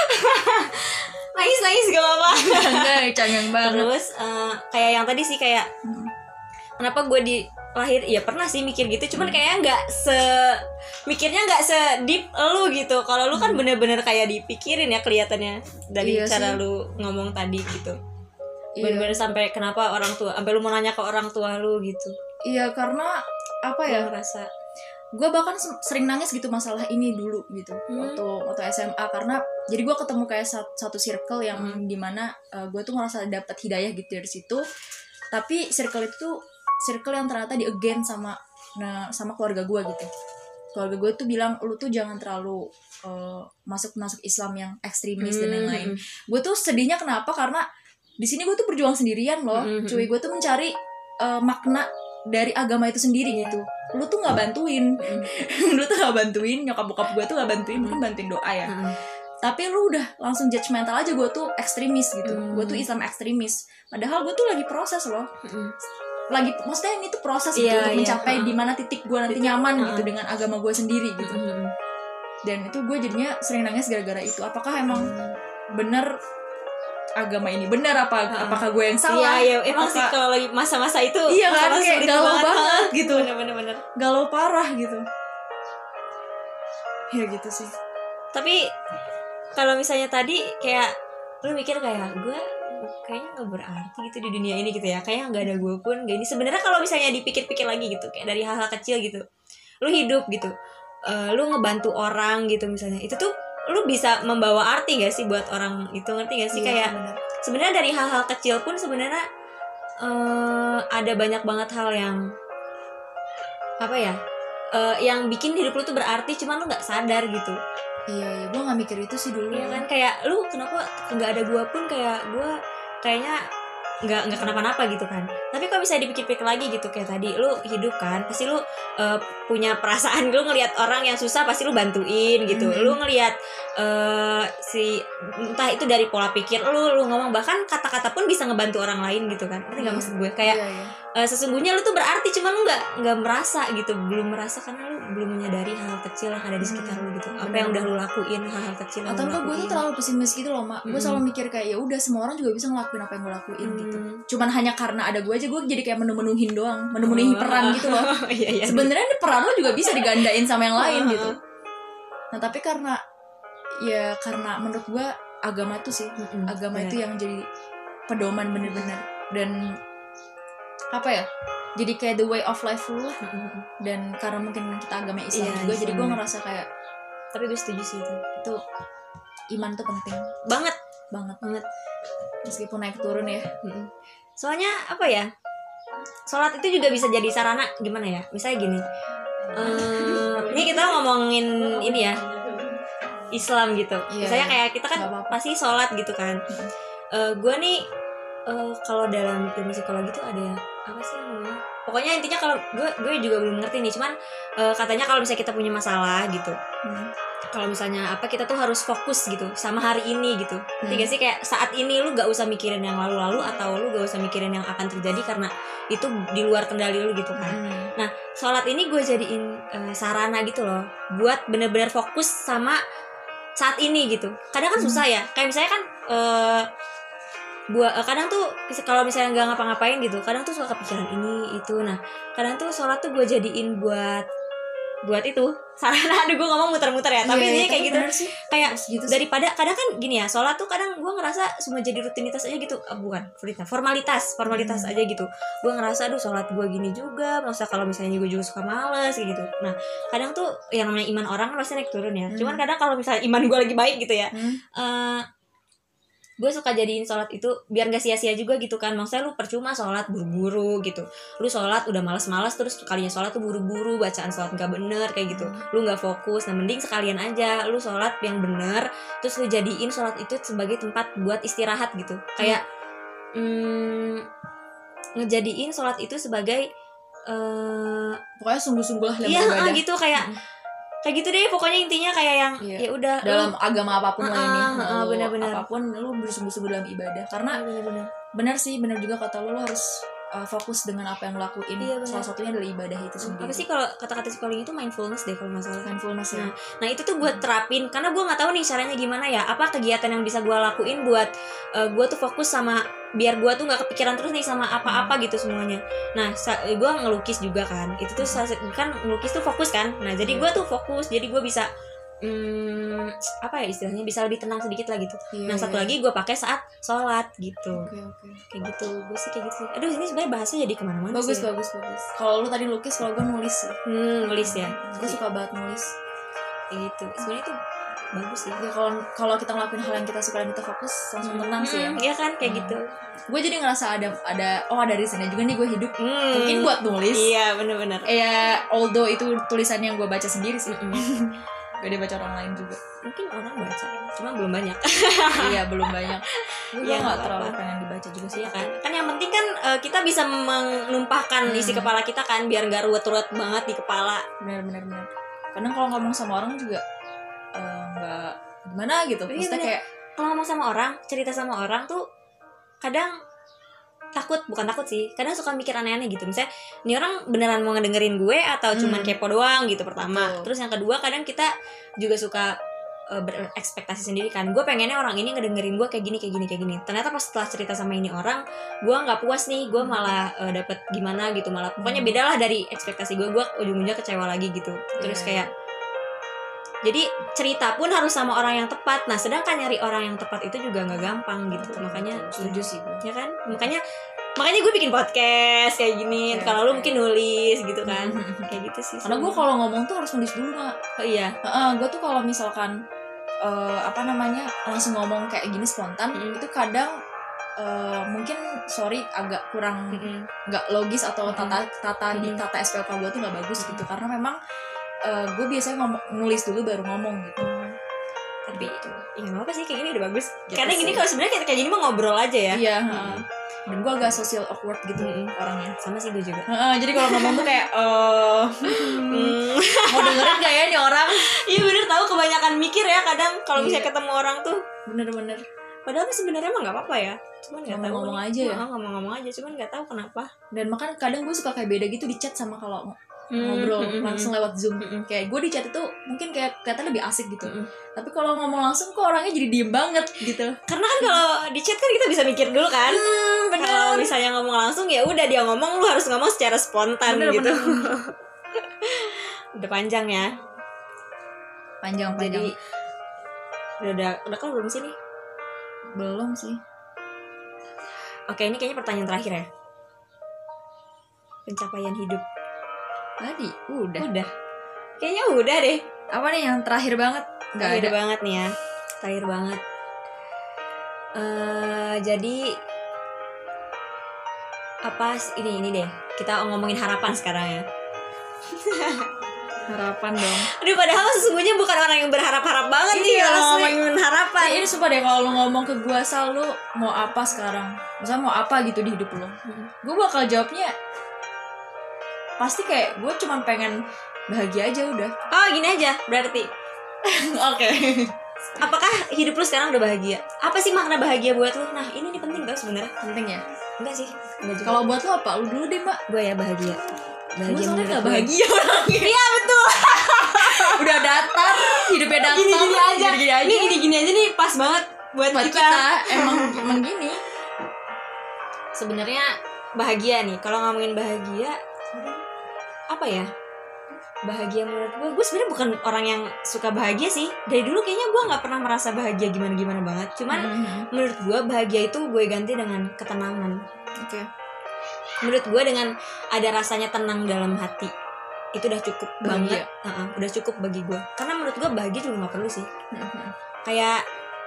Nangis gak apa-apa.
Enggak, canggung banget.
Terus kayak yang tadi sih kayak kenapa gue lahir ya pernah sih mikir gitu, cuman kayaknya mikirnya nggak deep lu gitu. Kalau lu kan bener-bener kayak dipikirin ya kelihatannya dari cara lu ngomong tadi gitu. Bener-bener sampai kenapa sampai lu mau nanya ke orang tua lu gitu.
Iya, karena apa ya,
ngerasa
gue bahkan sering nangis gitu masalah ini dulu gitu waktu SMA. Karena jadi gue ketemu kayak satu circle yang dimana gue tuh ngerasa dapet hidayah gitu dari situ. Tapi circle itu tuh circle yang ternyata di against sama keluarga gue gitu. Keluarga gue tuh bilang lu tuh jangan terlalu masuk Islam yang ekstremis dan lain-lain. Gue tuh sedihnya kenapa? Karena di sini gue tuh berjuang sendirian loh, cuy. Gue tuh mencari makna dari agama itu sendiri gitu. Lu tuh nggak bantuin, lu tuh nggak bantuin, nyokap bokap gue tuh nggak bantuin, mungkin bantuin doa ya. Tapi lu udah langsung judgmental aja gue tuh ekstremis gitu. Gue tuh Islam ekstremis. Padahal gue tuh lagi proses loh. Maksudnya ini tuh proses gitu untuk mencapai di mana titik gue nanti nyaman gitu dengan agama gue sendiri gitu. Dan itu gue jadinya sering nangis gara-gara itu. Apakah emang bener agama ini bener apakah gue yang salah?
Iya, emang sih kalau lagi masa-masa itu
iya kan, kayak galau banget gitu.
Bener-bener
galau parah gitu. Ya gitu sih.
Tapi kalau misalnya tadi kayak lu mikir kayak gue kayaknya nggak berarti gitu di dunia ini gitu ya, kayaknya nggak ada gue pun gak ini. Sebenarnya kalau misalnya dipikir-pikir lagi gitu, kayak dari hal-hal kecil gitu, lu hidup gitu, lu ngebantu orang gitu misalnya, itu tuh lu bisa membawa arti gak sih buat orang itu, ngerti gak sih? Kayak sebenarnya dari hal-hal kecil pun sebenarnya ada banyak banget hal yang apa ya, yang bikin hidup lu tuh berarti, cuman lu nggak sadar gitu.
Iya, gue nggak mikir itu sih dulu.
Iya kan, kayak lu kenapa nggak ada gua pun kayak gua kayaknya nggak kenapa-napa gitu kan. Tapi kalau bisa dipikir-pikir lagi gitu, kayak tadi lu hidup kan, pasti lu punya perasaan, lu ngelihat orang yang susah pasti lu bantuin gitu. Lu ngelihat si entah itu dari pola pikir lu ngomong, bahkan kata-kata pun bisa ngebantu orang lain gitu kan. Ngerti nggak maksud gue? Kayak sesungguhnya lu tuh berarti, cuma lu nggak merasa gitu, belum merasa karena lu belum menyadari hal kecil yang ada di sekitar lu gitu. Apa yang udah lu lakuin, hal-hal kecil yang
atau enggak gue tuh terlalu pesimis gitu loh, Mak. Gue selalu mikir kayak ya udah semua orang juga bisa ngelakuin apa yang gue lakuin gitu. Cuman hanya karena ada gue aja gue jadi kayak menuhin doang, memenuhi peran gitu loh.
Iya.
Sebenarnya peran lu juga bisa digandain sama yang lain gitu. Nah tapi karena menurut gue agama tuh sih, agama itu yang jadi pedoman bener-bener, dan apa ya, jadi kayak the way of life lu lah. Dan karena mungkin kita agama Islam juga, jadi gue ngerasa kayak,
tapi gue setuju sih itu
iman tuh penting
banget
meskipun naik turun ya.
Soalnya apa ya, sholat itu juga bisa jadi sarana gimana ya, misalnya gini, ini kita ngomongin ini ya Islam gitu, misalnya kayak kita kan pasti sholat gitu kan. Gue nih kalau dalam ilmu psikologi tuh ada apa sih namanya, pokoknya intinya kalau gue juga belum ngerti nih, cuman katanya kalau misalnya kita punya masalah gitu, kalau misalnya apa, kita tuh harus fokus gitu sama hari ini gitu. Ngerti gak sih, kayak saat ini lu gak usah mikirin yang lalu-lalu, atau lu gak usah mikirin yang akan terjadi karena itu di luar kendali lu gitu kan. Nah sholat ini gue jadiin sarana gitu loh, buat bener-bener fokus sama saat ini gitu. Kadang kan susah ya, kayak misalnya kan kadang tuh kalau misalnya nggak ngapa-ngapain gitu, kadang tuh suka kepikiran ini itu. Nah kadang tuh sholat tuh gue jadiin buat itu sarana. Aduh gue ngomong muter-muter ya, tapi ini kayak gitu
sih.
Kayak
gitu
daripada sih. Kadang kan gini ya, sholat tuh kadang gue ngerasa cuma jadi rutinitas aja gitu, bukan formalitas aja gitu. Gue ngerasa aduh sholat gue gini juga, masa kalau misalnya gue juga suka males kayak gitu. Nah kadang tuh yang namanya iman orang kan pasti naik turun ya. Cuman kadang kalau misalnya iman gue lagi baik gitu ya, gue suka jadiin sholat itu biar gak sia-sia juga gitu kan. Maksudnya lu percuma sholat buru-buru gitu, lu sholat udah malas-malas, terus kalinya sholat tuh buru-buru, bacaan sholat gak bener kayak gitu, lu gak fokus. Nah mending sekalian aja lu sholat yang bener, terus lu jadiin sholat itu sebagai tempat buat istirahat gitu. Kayak ngejadiin sholat itu sebagai
pokoknya sungguh-sungguh lah
ibadah gitu, kayak gitu deh pokoknya. Intinya kayak yang ya udah
dalam agama apapun lah ini,
bener-bener
apapun lu bersungguh-sungguh dalam ibadah. Karena bener juga kata lu harus fokus dengan apa yang lakuin. Salah satunya adalah ibadah itu sendiri.
Apa sih kalau kata-kata psikologi itu mindfulness deh kalau masalah.
Mindfulness ya.
Nah itu tuh gue terapin karena gue nggak tahu nih caranya gimana ya, apa kegiatan yang bisa gue lakuin buat gue tuh fokus sama, biar gue tuh nggak kepikiran terus nih sama apa-apa gitu semuanya. Nah gue ngelukis juga kan, itu tuh kan ngelukis tuh fokus kan. Nah jadi gue tuh fokus, jadi gue bisa apa ya istilahnya, bisa lebih tenang sedikit lah gitu. Nah satu lagi gue pakai saat sholat gitu. Kayak gitu, gue sih kayak gitu. Aduh ini sebenarnya bahasnya jadi kemana-mana.
Bagus. Kalau lu tadi lukis, kalau gue nulis sih.
Nulis ya.
Gue suka banget nulis.
Kayak gitu. Sebenarnya itu bagus sih.
Ya kalau kita ngelakuin hal yang kita suka dan kita fokus, langsung tenang sih ya.
Iya kan kayak gitu.
Gue jadi ngerasa ada reasonnya juga nih gue hidup. Mungkin buat nulis.
Iya benar-benar.
Ya although itu tulisan yang gue baca sendiri sih. Gak dia baca orang lain juga.
Mungkin orang baca, cuma belum banyak.
Iya belum banyak. Gue gak terlalu pengen dibaca juga sih.
Iya kan yang penting kan kita bisa menumpahkan isi kepala kita kan, biar gak ruwet-ruwet banget di kepala.
Benar. Kadang kalau ngomong sama orang juga gak gimana gitu. Maksudnya kayak
kalau ngomong sama orang, cerita sama orang tuh kadang bukan takut sih, kadang suka mikir aneh-aneh gitu. Misalnya ini orang beneran mau ngedengerin gue atau cuman kepo doang gitu pertama. Terus yang kedua kadang kita juga suka berekspektasi sendiri kan, gue pengennya orang ini ngedengerin gue kayak gini. Ternyata pas setelah cerita sama ini orang, gue nggak puas nih, gue malah dapet gimana gitu, malah pokoknya beda lah dari ekspektasi gue ujung-ujungnya kecewa lagi gitu. Terus kayak jadi cerita pun harus sama orang yang tepat. Nah sedangkan nyari orang yang tepat itu juga nggak gampang gitu. Makanya
setuju sih
ya kan, makanya gue bikin podcast kayak gini. Kalau lu mungkin nulis gitu kan. Kayak gitu sih.
Karena gue kalau ngomong tuh harus nulis dulu Kak.
Oh iya.
Gue tuh kalau misalkan langsung ngomong kayak gini spontan, itu kadang mungkin agak kurang nggak logis atau tata SPOK gue tuh nggak bagus gitu. Karena memang gue biasanya nulis dulu baru ngomong gitu.
Tapi ya nggak apa sih, kayak gini udah bagus gitu. Karena gini kalau sebenarnya kayak gini mah ngobrol aja ya.
Iya. Dan gue agak social awkward gitu orangnya.
Sama sih gue juga.
Jadi kalau ngomong tuh kayak mau dengerin gak ya nih orang.
Iya bener, tahu kebanyakan mikir ya kadang kalau misalnya ketemu orang tuh.
Bener.
Padahal sebenarnya emang nggak apa-apa ya. Cuman nggak tahu.
Ngomong aja ya.
Ngomong aja, cuman nggak tahu kenapa.
Dan makanya kadang gue suka kayak beda gitu di chat sama kalau ngobrol langsung lewat Zoom. Kayak gue di chat itu mungkin kayak kelihatan lebih asik gitu. Tapi kalau ngomong langsung kok orangnya jadi diem banget gitu.
Karena kan kalau di chat kan kita bisa mikir dulu kan. Kalau misalnya ngomong langsung ya udah dia ngomong, lu harus ngomong secara spontan gitu. Udah panjang ya.
Panjang.
Jadi udah kan belum sih nih?
Belum sih.
Oke, ini kayaknya pertanyaan terakhir ya. Pencapaian hidup.
Tadi udah.
Kayaknya udah deh.
Apa nih yang terakhir banget?
Terakhir banget nih ya. Terakhir banget. Jadi apa ini deh. Kita ngomongin harapan sekarang ya.
Harapan dong.
Aduh, padahal sesungguhnya bukan orang yang berharap-harap banget nih kalau ngomongin harapan.
Ini sumpah deh, kalau lu ngomong ke gue, Sal, lu mau apa sekarang? Misalnya mau apa gitu di hidup lu, gue bakal jawabnya pasti kayak gue cuma pengen bahagia aja udah.
Oh gini aja berarti.
Oke.
Apakah hidup lu sekarang udah bahagia? Apa sih makna bahagia buat lu? Nah ini penting tau sebenarnya.
Penting ya?
Enggak sih.
Kalau buat lu apa? Lu dulu deh Mbak.
Gue ya bahagia.
Gue soalnya gak bahagia orangnya.
Iya betul.
Udah datar, hidupnya datar.
Gini-gini aja. Ini gini-gini aja nih pas banget buat kita.
Emang gini.
Sebenarnya bahagia nih. Kalau ngomongin bahagia, apa ya? Bahagia menurut gue sebenarnya bukan orang yang suka bahagia sih. Dari dulu kayaknya gue nggak pernah merasa bahagia gimana banget. Cuman menurut gue bahagia itu gue ganti dengan ketenangan.
Oke.
Menurut gue dengan ada rasanya tenang dalam hati itu udah cukup banget. Udah cukup bagi gue. Karena menurut gue bahagia juga nggak perlu sih. Kayak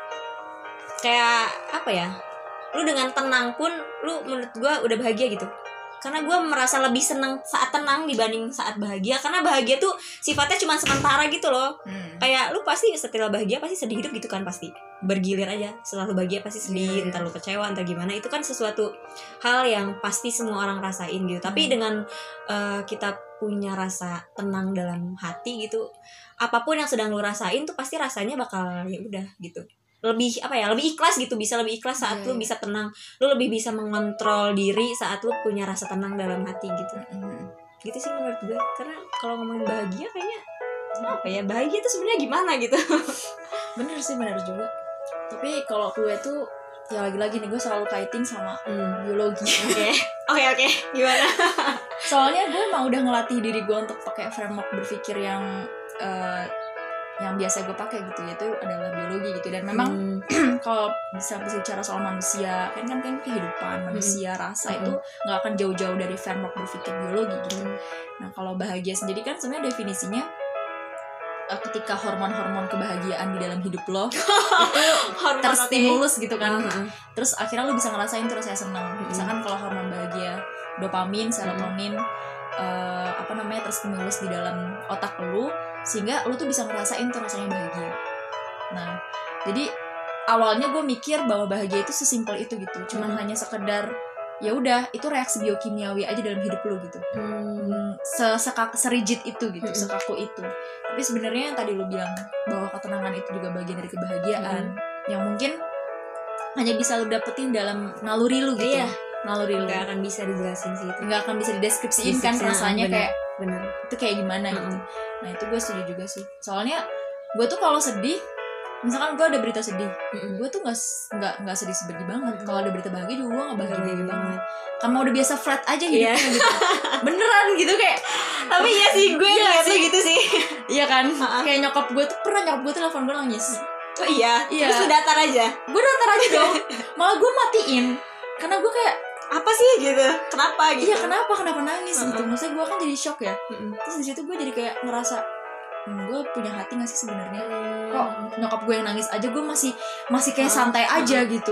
apa ya? Lu dengan tenang pun lu menurut gue udah bahagia gitu. Karena gue merasa lebih senang saat tenang dibanding saat bahagia. Karena bahagia tuh sifatnya cuma sementara gitu loh. Kayak lu pasti setelah bahagia pasti sedih hidup gitu kan, pasti bergilir aja. Setelah lu bahagia pasti sedih, entar lu kecewa, entar gimana. Itu kan sesuatu hal yang pasti semua orang rasain gitu. Tapi dengan kita punya rasa tenang dalam hati gitu, apapun yang sedang lu rasain tuh pasti rasanya bakal ya udah gitu. Lebih ikhlas gitu, bisa lebih ikhlas saat lu bisa tenang, lu lebih bisa mengontrol diri saat lu punya rasa tenang dalam hati gitu. Gitu sih menurut gue. Karena kalau ngomongin bahagia kayaknya apa ya, bahagia itu sebenarnya gimana gitu.
Bener sih, bener juga. Tapi kalau gue tuh ya lagi-lagi nih gue selalu kaitin sama biologi. Oke,
gimana?
Soalnya gue emang udah ngelatih diri gue untuk pakai framework berpikir yang biasa gue pakai gitu, yaitu adalah biologi gitu. Dan memang kalau bisa bicara soal manusia kan kehidupan manusia, rasa itu nggak akan jauh-jauh dari framework berpikir biologi gitu. Nah kalau bahagia sendiri kan sebenarnya definisinya ketika hormon-hormon kebahagiaan di dalam hidup lo itu terstimulus gitu kan. Terus akhirnya lo bisa ngerasain tuh rasanya senang. Misalkan kalau hormon bahagia, dopamin, serotonin terstimulus di dalam otak lo, sehingga lo tuh bisa ngerasain tuh rasanya bahagia. Nah jadi awalnya gue mikir bahwa bahagia itu sesimpel itu gitu, cuman hanya sekedar ya udah itu reaksi biokimiawi aja dalam hidup lo gitu. Serigid itu gitu, sekaku itu. Tapi sebenarnya yang tadi lo bilang bahwa ketenangan itu juga bagian dari kebahagiaan yang mungkin hanya bisa lo dapetin dalam naluri lo gitu. naluri lu.
Nggak akan bisa dijelasin sih itu.
Nggak akan bisa dideskripsiin kan rasanya,
bener,
kayak
bener.
itu kayak gimana gitu. Nah itu gue setuju juga sih. Soalnya gue tuh kalau sedih, misalkan gue ada berita sedih, gue tuh nggak sedih banget. Kalau ada berita bahagia juga gue nggak bahagia banget. Karena udah biasa flat aja hidupnya gitu. Beneran gitu kayak.
Tapi iya sih, gue ngeliat tuh gitu sih.
Iya kan? Kayak nyokap gue tuh telepon gue nangis.
Oh iya. Terus lu datar aja.
Gue datar aja dong. Malah gue matiin. Karena gue kayak
apa sih gitu? Kenapa gitu?
Iya kenapa nangis gitu. Maksudnya gue kan jadi shock ya. Terus di situ gue jadi kayak ngerasa gue punya hati nggak sih sebenarnya? Kok nyokap gue yang nangis aja gue masih kayak santai aja gitu.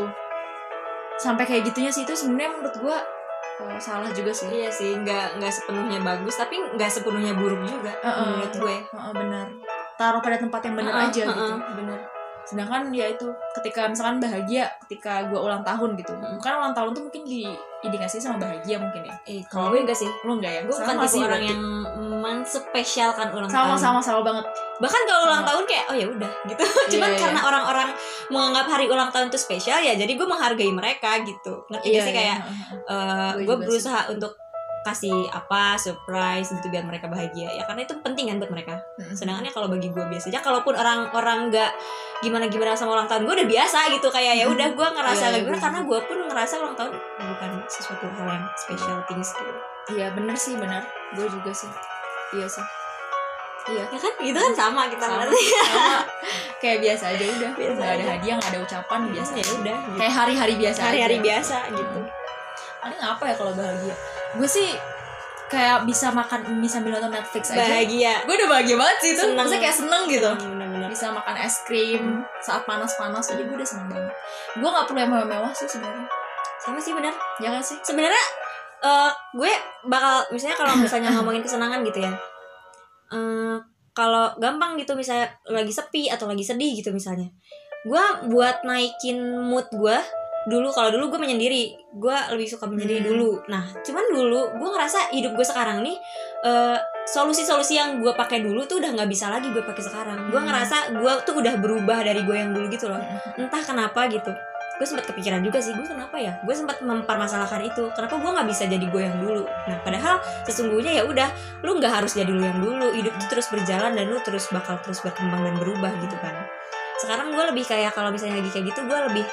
Sampai kayak gitunya sih, itu sebenarnya menurut gue salah juga sih.
Iya sih, nggak sepenuhnya bagus, tapi nggak sepenuhnya buruk juga menurut gue.
Benar. Taruh pada tempat yang benar aja gitu.
Benar.
Sedangkan ya itu ketika misalkan bahagia ketika gue ulang tahun gitu, kan ulang tahun tuh mungkin diindikasi sama bahagia mungkin ya.
Kalau gue enggak sih,
lo enggak ya?
Gue bukan tipe orang yang menspesialkan ulang tahun.
Sama banget.
Bahkan kalau ulang tahun kayak oh ya udah gitu. Cuman karena orang-orang menganggap hari ulang tahun itu spesial ya, jadi gue menghargai mereka gitu. Ngerti gak sih kayak gue berusaha untuk kasih apa surprise gitu biar mereka bahagia ya, karena itu penting kan buat mereka. Sedangkan kalau bagi gue biasa aja, kalaupun orang nggak gimana sama ulang tahun, gue udah biasa gitu kayak ya udah gue ngerasa gak gimana, karena gue pun ngerasa ulang tahun bukan sesuatu hal yang special things gitu.
Iya benar gue juga sih. Iya sih. Iya
ya kan, itu kan sama kita
sama. Kayak biasa aja udah, nggak ada hadiah, nggak ada ucapan, biasa
ya udah gitu.
Kayak hari-hari biasa
gitu.
Paling apa ya kalau bahagia? Gue sih kayak bisa makan mie sambil nonton Netflix aja.
Bahagia.
Gue udah bahagia banget sih itu. Maksudnya kayak seneng gitu.
Bener-bener.
Bisa makan es krim saat panas-panas aja gue udah seneng banget. Gue nggak perlu yang mewah-mewah sih sebenarnya.
Sama sih benar.
Ya kan sih.
Sebenarnya gue bakal misalnya ngomongin kesenangan gitu ya. Kalau gampang gitu misalnya lagi sepi atau lagi sedih gitu misalnya, gue buat naikin mood gue kalau dulu gue menyendiri, gue lebih suka menyendiri dulu. Nah cuman dulu gue ngerasa hidup gue sekarang nih solusi-solusi yang gue pakai dulu tuh udah nggak bisa lagi gue pakai sekarang. Gue ngerasa gue tuh udah berubah dari gue yang dulu gitu loh. Entah kenapa gitu. Gue sempat kepikiran juga sih, gue kenapa ya? Gue sempat mempermasalahkan itu. Kenapa gue nggak bisa jadi gue yang dulu? Nah, padahal sesungguhnya ya udah, lu nggak harus jadi lu yang dulu. Hidup tuh terus berjalan dan lu bakal terus berkembang dan berubah gitu kan. Sekarang gue lebih kayak kalau misalnya lagi kayak gitu, gue lebih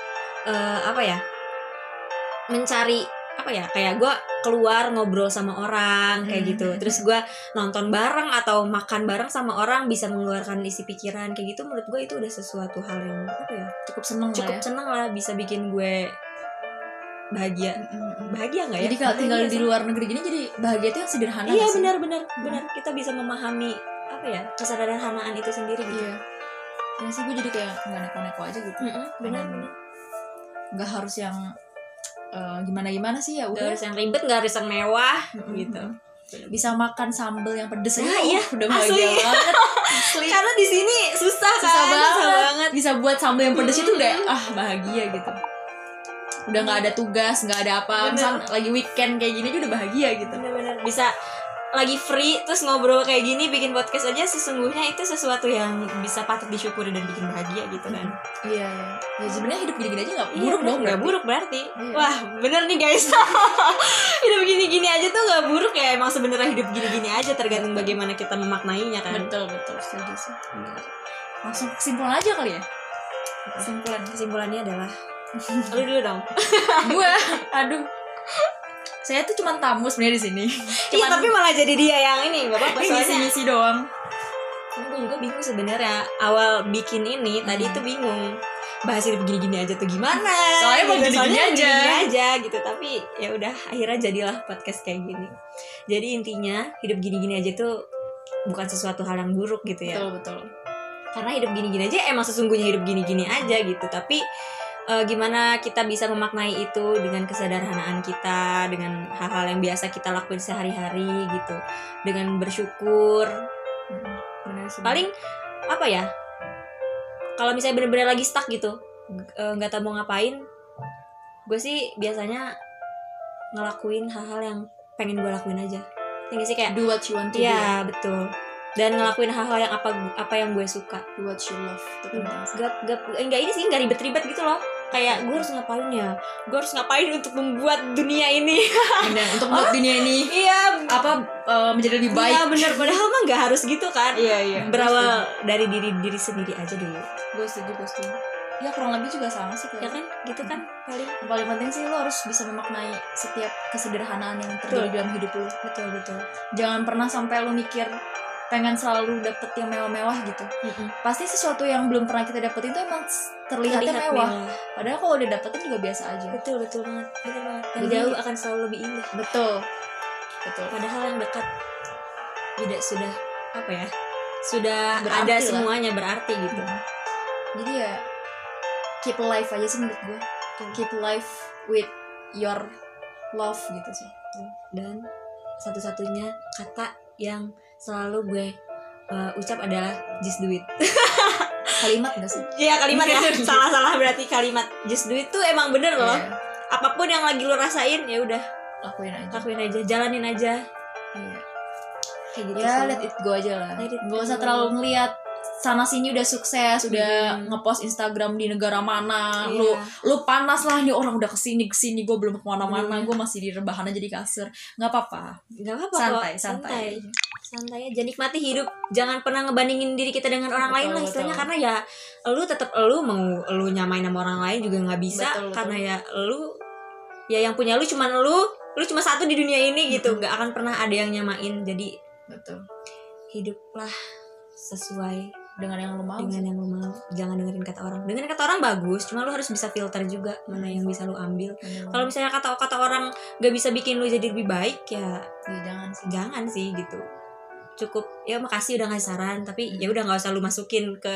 mencari kayak gue keluar ngobrol sama orang kayak gitu, terus gue nonton bareng atau makan bareng sama orang, bisa mengeluarkan isi pikiran kayak gitu. Menurut gue itu udah sesuatu hal yang cukup seneng lah, bisa bikin gue bahagia nggak ya?
Jadi kalau tinggal di luar negeri gini jadi bahagia itu yang sederhana.
Iya benar kita bisa memahami kesederhanaan itu sendiri gitu.
Iya. Ya sih, gue jadi kayak nggak neko-neko aja gitu.
Benar.
Nggak harus yang gimana sih, ya udah.
Nggak harus yang ribet, nggak harus yang mewah gitu.
Bisa makan sambal yang pedes aja.
Iya,
udah bahagia banget. Asli.
Karena di sini susah banget.
Bisa buat sambal yang pedes itu udah bahagia gitu. Udah nggak ada tugas, nggak ada apa. Misal lagi weekend kayak gini aja udah bahagia gitu.
Bener-bener bisa lagi free terus ngobrol kayak gini, bikin podcast aja, sesungguhnya itu sesuatu yang bisa patut disyukuri dan bikin bahagia gitu kan.
Iya. Ya sebenarnya hidup gini-gini aja nggak buruk dong.
Nggak buruk berarti. Iya. Wah bener nih guys. Hidup gini-gini aja tuh nggak buruk ya. Emang sebenarnya hidup gini-gini aja, tergantung bagaimana kita memaknainya kan.
Betul setuju sih. Langsung kesimpulan aja kali ya.
Kesimpulannya adalah lu dulu dong.
Gue aduh, saya tuh cuma tamu sebenarnya di sini.
Iya, tapi malah jadi dia yang ini, nggak apa-apa.
Soalnya ngisi doang.
Gue juga bingung sebenarnya. Awal bikin ini tadi tuh bingung. Bahas hidup gini-gini aja tuh gimana?
Soalnya mau gini-gini
aja gitu. Tapi ya udah, akhirnya jadilah podcast kayak gini. Jadi intinya hidup gini-gini aja tuh bukan sesuatu hal yang buruk gitu ya.
Betul.
Karena hidup gini-gini aja emang sesungguhnya hidup gini-gini aja gitu. Tapi gimana kita bisa memaknai itu dengan kesederhanaan kita, dengan hal-hal yang biasa kita lakuin sehari-hari gitu, dengan bersyukur. Paling kalau misalnya benar-benar lagi stuck gitu, nggak tahu mau ngapain, gue sih biasanya ngelakuin hal-hal yang pengen gue lakuin aja. Yang sih kayak
do what you want to do.
Iya betul. Dan ngelakuin hal-hal yang apa yang gue suka.
Do what you love.
Enggak ini sih, enggak ribet-ribet gitu loh. kayak gue harus ngapain ya, gue harus ngapain untuk membuat dunia ini
benar, untuk membuat dunia ini
iya
menjadi lebih baik.
iya benar, padahal mah nggak harus gitu kan.
Iya
berawal dari diri sendiri aja dulu.
Gue setuju ya, kurang lebih juga sama sih
Ya
kayak
kan gitu kan
paling penting sih lo harus bisa memaknai setiap kesederhanaan yang terjadi dalam hidup lo.
betul
Jangan pernah sampai lo mikir pengen selalu dapet yang mewah-mewah gitu. Pasti sesuatu yang belum pernah kita dapetin itu emang terlihatnya mewah. Padahal kalau udah dapetin juga biasa aja.
Betul banget, betul banget. Yang
Jadi,
jauh akan selalu lebih indah.
Betul.
Padahal yang dekat tidak sudah apa ya, sudah
Berarti
ada
lah.
semuanya berarti gitu.
Jadi ya keep life aja sih menurut gue. Keep life with your love gitu sih.
Dan satu-satunya kata yang selalu gue ucap adalah just do it.
Kalimat gak sih?
Iya kalimat ya. Salah berarti kalimat. Just do it tuh emang bener loh.
Yeah.
Apapun yang lagi lo rasain ya udah
lakuin aja,
jalanin aja.
Iya.
Kayak gitu
Ya
sih.
let it go aja lah.
Let it
Gak usah
go.
terlalu ngeliat sana sini udah sukses, udah ngepost Instagram di negara mana,
Iya.
lu panas lah nih orang udah kesini gue belum kemana-mana, gue masih di rebahan aja di kasur, nggak apa-apa,
Gak apa-apa
santai.
aja, nikmati hidup, jangan pernah ngebandingin diri kita dengan orang lain lah istilahnya, karena ya lu tetap mau lu nyamain sama orang lain juga nggak bisa.
Betul.
Karena ya lu ya yang punya lu cuma lu cuma satu di dunia ini gitu, nggak akan pernah ada yang nyamain. Jadi
Betul.
hiduplah sesuai
Dengan yang lu mau.
Jangan dengerin kata orang. Dengerin kata orang bagus, cuma lu harus bisa filter juga mana yang bisa lu ambil. Kalau misalnya kata orang gak bisa bikin lu jadi lebih baik ya jangan sih gitu. Cukup ya makasih udah ngasih saran, tapi ya udah nggak usah lu masukin ke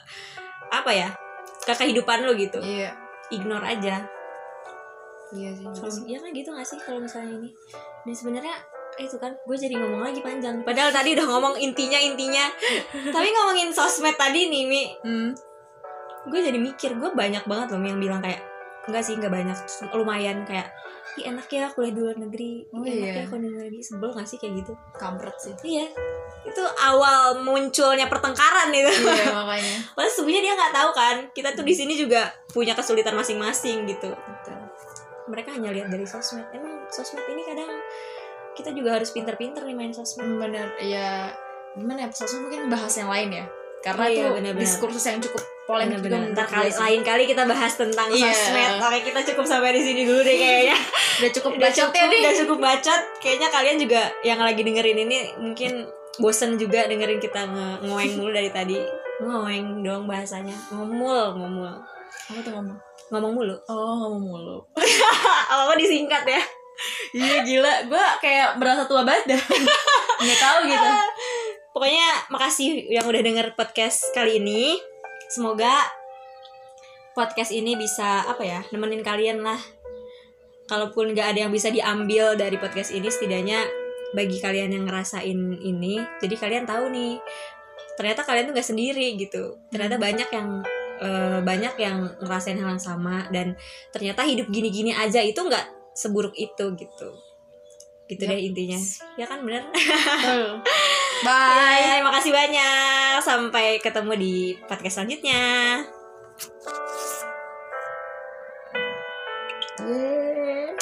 apa ya, ke kehidupan lu gitu.
Iya.
Ignore aja.
Iya sih.
Ya kan gitu nggak sih kalau misalnya ini. Dan sebenarnya itu kan gue jadi ngomong lagi panjang. Padahal tadi udah ngomong intinya. Tapi ngomongin sosmed tadi nih Mi, gue jadi mikir, gue banyak banget loh yang bilang kayak enggak sih, enggak banyak, lumayan kayak enak ya kuliah di luar negeri, enak ya kuliah di luar negeri. Sebel gak sih kayak gitu?
Kampret sih.
Iya, itu awal munculnya pertengkaran itu.
Iya makanya.
Padahal sebenarnya dia nggak tahu kan kita tuh di sini juga punya kesulitan masing-masing gitu.
Betul.
Mereka hanya lihat dari sosmed. Emang sosmed ini kadang kita juga harus pinter-pinter nih main sosmed.
Bener. Ya gimana ya, sosmed mungkin bahas yang lain ya, karena
Iya,
itu
bener-bener.
diskursus yang cukup polemik juga.
Ntar lain kali kita bahas tentang sosmed. Oke, kita cukup sampai di sini dulu deh kayaknya.
Udah cukup bacot ya deh.
Udah cukup bacot. Kayaknya kalian juga yang lagi dengerin ini mungkin bosen juga dengerin kita ngoeng mulu dari tadi. Ngoeng dong bahasanya. Ngomul.
Apa tuh
Ngomong mulu.
Oh, ngomong mulu.
Apa disingkat ya?
Iya gila, gue kayak berasa tua banget dah. Nggak tahu gitu.
Pokoknya makasih yang udah denger podcast kali ini. Semoga podcast ini bisa nemenin kalian lah. Kalaupun gak ada yang bisa diambil dari podcast ini, setidaknya bagi kalian yang ngerasain ini, jadi kalian tahu nih, ternyata kalian tuh gak sendiri gitu. Ternyata banyak yang ngerasain hal yang sama, dan ternyata hidup gini-gini aja itu gak seburuk itu gitu. Gitu deh intinya. Ya kan bener. Bye. Makasih banyak. Sampai ketemu di podcast selanjutnya.